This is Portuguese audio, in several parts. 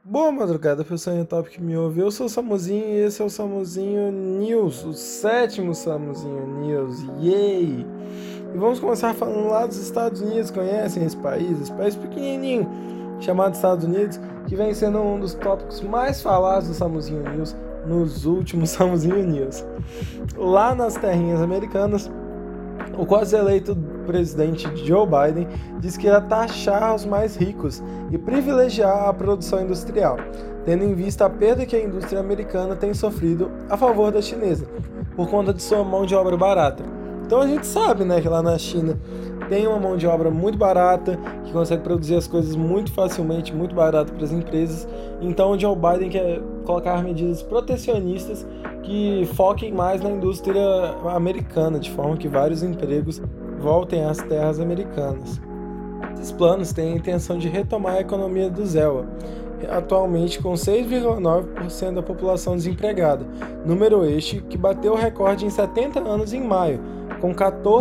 Boa madrugada, pessoal em top que me ouve. Eu sou o Samuzinho e esse é o Samuzinho News, o sétimo Samuzinho News. Yay! E vamos começar falando lá dos Estados Unidos. Conhecem esse país pequenininho chamado Estados Unidos, que vem sendo um dos tópicos mais falados do Samuzinho News nos últimos Samuzinho News. Lá nas terrinhas americanas, o quase eleito presidente Joe Biden disse que irá taxar os mais ricos e privilegiar a produção industrial, tendo em vista a perda que a indústria americana tem sofrido a favor da chinesa, por conta de sua mão de obra barata. Então a gente sabe, né, que lá na China tem uma mão de obra muito barata, que consegue produzir as coisas muito facilmente, muito barato para as empresas. Então o Joe Biden quer colocar medidas protecionistas que foquem mais na indústria americana, de forma que vários empregos voltem às terras americanas. Esses planos têm a intenção de retomar a economia do zero, atualmente com 6,9% da população desempregada, número este que bateu o recorde em 70 anos em maio, com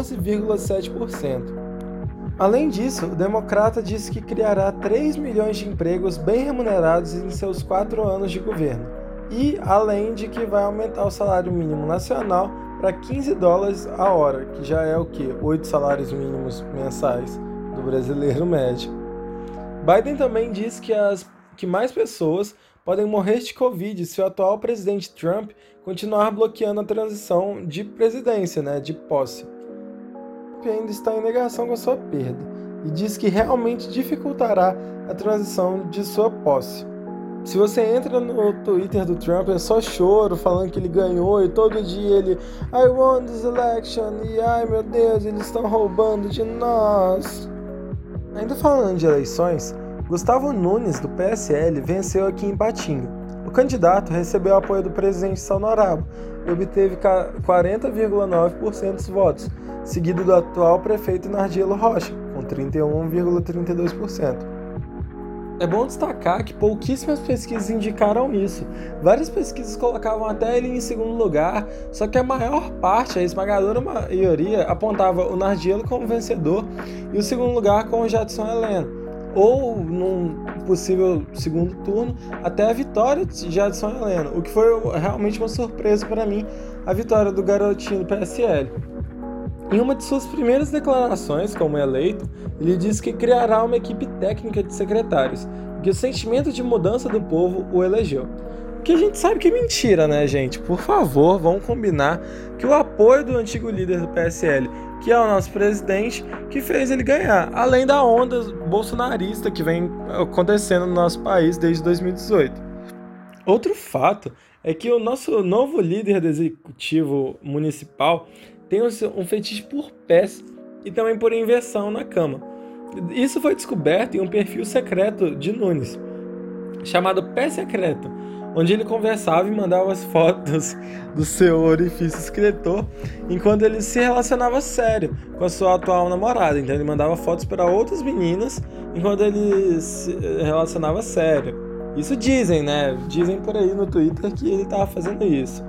14,7%. Além disso, o democrata disse que criará 3 milhões de empregos bem remunerados em seus 4 anos de governo, e além de que vai aumentar o salário mínimo nacional para $15 a hora, que já é o que? 8 salários mínimos mensais do brasileiro médio. Biden também disse que mais pessoas podem morrer de Covid se o atual presidente Trump continuar bloqueando a transição de presidência, de posse. Trump ainda está em negação com a sua perda e diz que realmente dificultará a transição de sua posse. Se você entra no Twitter do Trump, é só choro falando que ele ganhou e todo dia ele I won this election e ai meu Deus, eles estão roubando de nós. Ainda falando de eleições, Gustavo Nunes, do PSL, venceu aqui em Patinga. O candidato recebeu o apoio do presidente Saunorabo e obteve 40,9% dos votos, seguido do atual prefeito Nardielo Rocha, com 31,32%. É bom destacar que pouquíssimas pesquisas indicaram isso. Várias pesquisas colocavam até ele em segundo lugar, só que a maior parte, a esmagadora maioria, apontava o Nardielo como vencedor e o segundo lugar com o Jadson Heleno, ou num possível segundo turno, até a vitória de Jadson Heleno, o que foi realmente uma surpresa para mim, a vitória do garotinho do PSL. Em uma de suas primeiras declarações como eleito, ele disse que criará uma equipe técnica de secretários e que o sentimento de mudança do povo o elegeu. O que a gente sabe que é mentira, né, gente? Por favor, vamos combinar que o apoio do antigo líder do PSL, que é o nosso presidente, que fez ele ganhar, além da onda bolsonarista que vem acontecendo no nosso país desde 2018. Outro fato é que o nosso novo líder do executivo municipal tem um fetiche por pés e também por inversão na cama. Isso foi descoberto em um perfil secreto de Nunes, chamado Pé Secreto, onde ele conversava e mandava as fotos do seu orifício excretor enquanto ele se relacionava sério com a sua atual namorada. Então ele mandava fotos para outras meninas enquanto ele se relacionava sério. Isso dizem, né? Dizem por aí no Twitter que ele estava fazendo isso.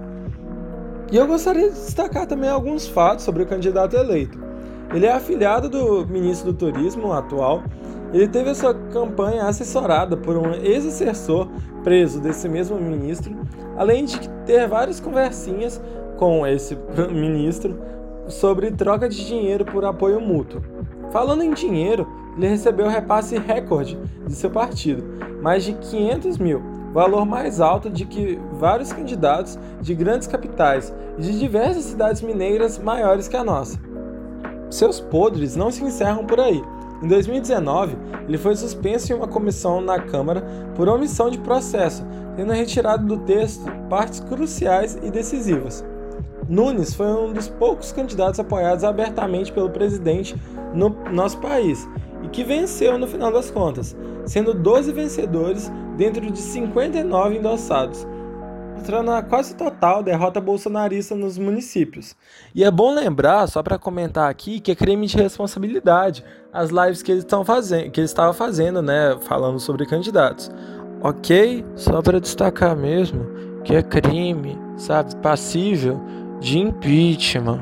E eu gostaria de destacar também alguns fatos sobre o candidato eleito. Ele é afilhado do ministro do Turismo atual. Ele teve a sua campanha assessorada por um ex-assessor preso desse mesmo ministro, além de ter várias conversinhas com esse ministro sobre troca de dinheiro por apoio mútuo. Falando em dinheiro, ele recebeu o repasse recorde de seu partido, mais de 500 mil, valor mais alto de que vários candidatos de grandes capitais e de diversas cidades mineiras maiores que a nossa. Seus podres não se encerram por aí. Em 2019, ele foi suspenso em uma comissão na Câmara por omissão de processo, tendo retirado do texto partes cruciais e decisivas. Nunes foi um dos poucos candidatos apoiados abertamente pelo presidente no nosso país e que venceu no final das contas, sendo 12 vencedores dentro de 59 endossados, mostrando a quase total derrota bolsonarista nos municípios. E é bom lembrar, só para comentar aqui, que é crime de responsabilidade as lives que ele estava fazendo, falando sobre candidatos. Ok? Só para destacar mesmo que é crime, passível de impeachment.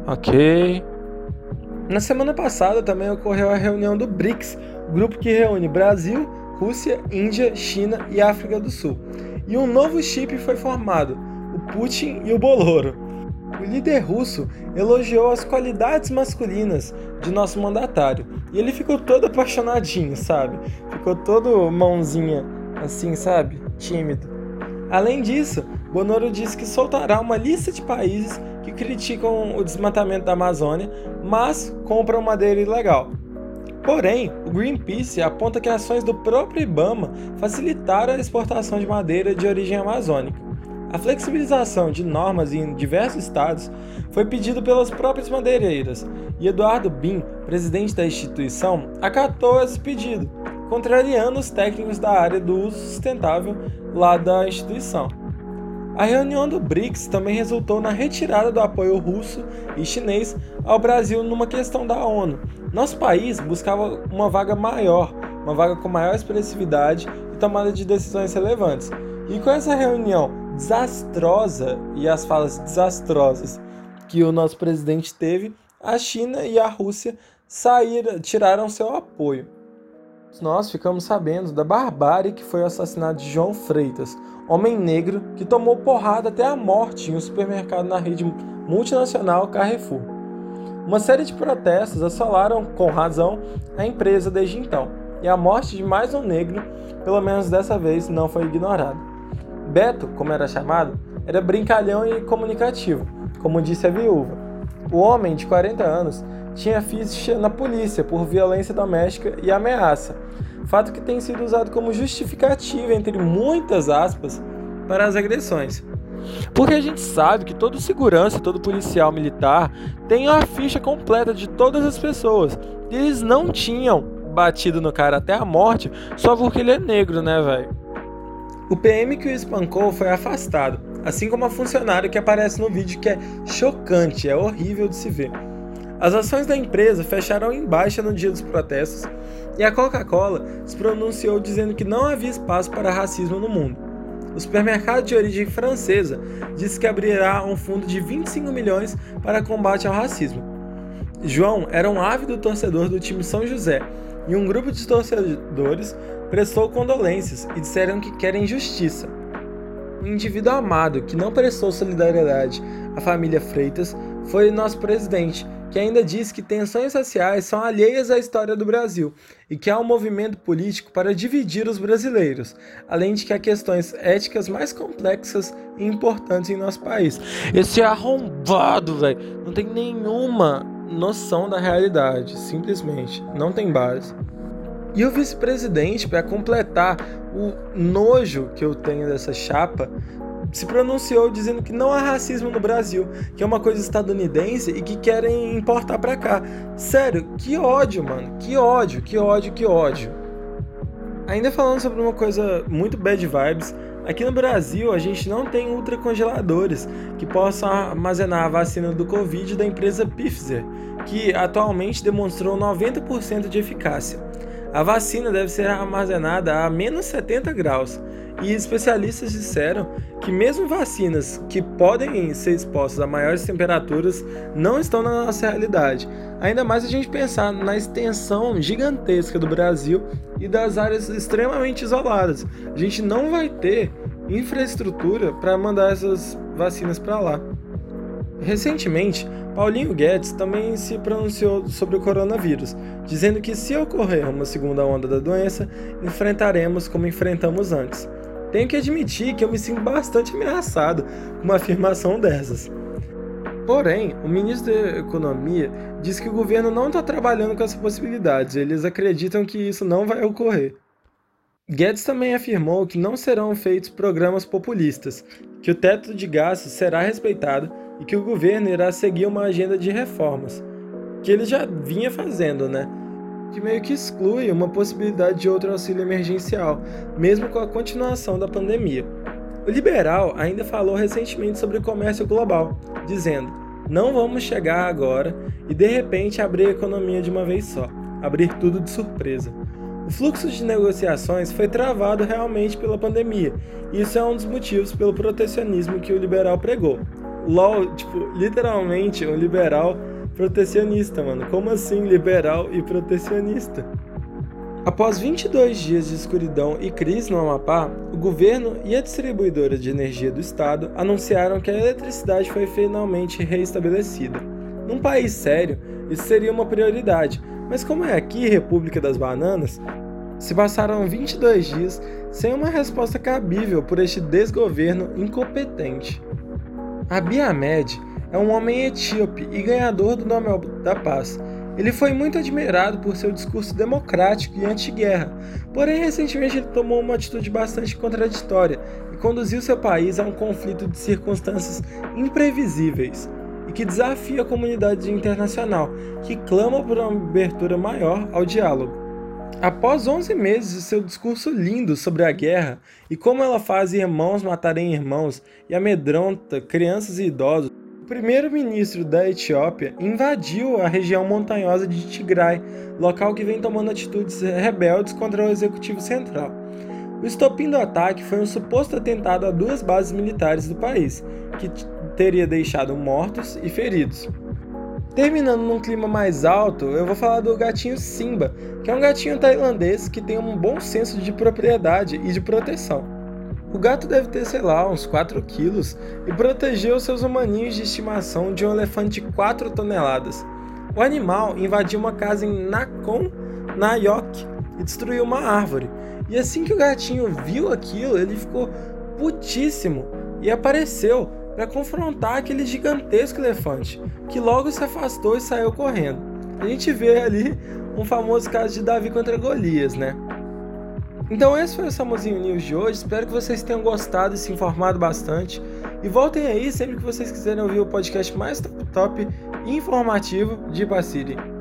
Ok? Na semana passada também ocorreu a reunião do BRICS, grupo que reúne Brasil, Rússia, Índia, China e África do Sul. E um novo chip foi formado, o Putin e o Boloro. O líder russo elogiou as qualidades masculinas de nosso mandatário. E ele ficou todo apaixonadinho, sabe? Ficou todo mãozinha, assim, sabe? Tímido. Além disso, Bonoro disse que soltará uma lista de países que criticam o desmatamento da Amazônia, mas compram madeira ilegal. Porém, o Greenpeace aponta que ações do próprio IBAMA facilitaram a exportação de madeira de origem amazônica. A flexibilização de normas em diversos estados foi pedido pelas próprias madeireiras, e Eduardo Bin, presidente da instituição, acatou esse pedido, contrariando os técnicos da área do uso sustentável lá da instituição. A reunião do BRICS também resultou na retirada do apoio russo e chinês ao Brasil numa questão da ONU. Nosso país buscava uma vaga maior, uma vaga com maior expressividade e tomada de decisões relevantes. E com essa reunião desastrosa e as falas desastrosas que o nosso presidente teve, a China e a Rússia tiraram seu apoio. Nós ficamos sabendo da barbárie que foi o assassinato de João Freitas, homem negro que tomou porrada até a morte em um supermercado na rede multinacional Carrefour. Uma série de protestos assolaram, com razão, a empresa desde então, e a morte de mais um negro, pelo menos dessa vez, não foi ignorada. Beto, como era chamado, era brincalhão e comunicativo, como disse a viúva. O homem, de 40 anos, tinha ficha na polícia por violência doméstica e ameaça, fato que tem sido usado como justificativa, entre muitas aspas, para as agressões. Porque a gente sabe que todo segurança, todo policial militar tem a ficha completa de todas as pessoas. E eles não tinham batido no cara até a morte só porque ele é negro, né, velho? O PM que o espancou foi afastado, assim como a funcionária que aparece no vídeo, que é chocante, é horrível de se ver. As ações da empresa fecharam em baixa no dia dos protestos e a Coca-Cola se pronunciou dizendo que não havia espaço para racismo no mundo. O supermercado de origem francesa disse que abrirá um fundo de 25 milhões para combate ao racismo. João era um ávido torcedor do time São José e um grupo de torcedores prestou condolências e disseram que querem justiça. O indivíduo amado que não prestou solidariedade à família Freitas foi nosso presidente, que ainda disse que tensões raciais são alheias à história do Brasil e que há um movimento político para dividir os brasileiros, além de que há questões éticas mais complexas e importantes em nosso país. Esse arrombado, velho, não tem nenhuma noção da realidade, simplesmente, não tem base. E o vice-presidente, para completar o nojo que eu tenho dessa chapa, se pronunciou dizendo que não há racismo no Brasil, que é uma coisa estadunidense e que querem importar pra cá. Sério, que ódio, mano. Que ódio, que ódio, que ódio. Ainda falando sobre uma coisa muito bad vibes, aqui no Brasil a gente não tem ultracongeladores que possam armazenar a vacina do Covid da empresa Pfizer, que atualmente demonstrou 90% de eficácia. A vacina deve ser armazenada a menos 70 graus. E especialistas disseram que mesmo vacinas que podem ser expostas a maiores temperaturas não estão na nossa realidade. Ainda mais a gente pensar na extensão gigantesca do Brasil e das áreas extremamente isoladas. A gente não vai ter infraestrutura para mandar essas vacinas para lá. Recentemente, Paulinho Guedes também se pronunciou sobre o coronavírus, dizendo que se ocorrer uma segunda onda da doença, enfrentaremos como enfrentamos antes. Tenho que admitir que eu me sinto bastante ameaçado com uma afirmação dessas. Porém, o ministro da Economia diz que o governo não está trabalhando com essa possibilidade, eles acreditam que isso não vai ocorrer. Guedes também afirmou que não serão feitos programas populistas, que o teto de gastos será respeitado e que o governo irá seguir uma agenda de reformas, que ele já vinha fazendo, né? Que meio que exclui uma possibilidade de outro auxílio emergencial, mesmo com a continuação da pandemia. O liberal ainda falou recentemente sobre o comércio global, dizendo: não vamos chegar agora e de repente abrir a economia de uma vez só, abrir tudo de surpresa. O fluxo de negociações foi travado realmente pela pandemia, e isso é um dos motivos pelo protecionismo que o liberal pregou. LOL, literalmente um liberal protecionista, mano. Como assim liberal e protecionista? Após 22 dias de escuridão e crise no Amapá, o governo e a distribuidora de energia do estado anunciaram que a eletricidade foi finalmente reestabelecida. Num país sério, isso seria uma prioridade, mas como é aqui, República das Bananas, se passaram 22 dias sem uma resposta cabível por este desgoverno incompetente. Abiy Ahmed é um homem etíope e ganhador do Nobel da Paz. Ele foi muito admirado por seu discurso democrático e anti-guerra, porém recentemente ele tomou uma atitude bastante contraditória e conduziu seu país a um conflito de circunstâncias imprevisíveis e que desafia a comunidade internacional, que clama por uma abertura maior ao diálogo. Após 11 meses de seu discurso lindo sobre a guerra e como ela faz irmãos matarem irmãos e amedronta crianças e idosos, o primeiro-ministro da Etiópia invadiu a região montanhosa de Tigray, local que vem tomando atitudes rebeldes contra o executivo central. O estopim do ataque foi um suposto atentado a 2 bases militares do país, que teria deixado mortos e feridos. Terminando num clima mais alto, eu vou falar do gatinho Simba, que é um gatinho tailandês que tem um bom senso de propriedade e de proteção. O gato deve ter, uns 4 quilos e protegeu seus humaninhos de estimação de um elefante de 4 toneladas. O animal invadiu uma casa em Nakhon Nayok e destruiu uma árvore. E assim que o gatinho viu aquilo, ele ficou putíssimo e apareceu para confrontar aquele gigantesco elefante, que logo se afastou e saiu correndo. A gente vê ali um famoso caso de Davi contra Golias, né? Então esse foi o Samuzinho News de hoje, espero que vocês tenham gostado e se informado bastante. E voltem aí sempre que vocês quiserem ouvir o podcast mais top e informativo de Ipaciri.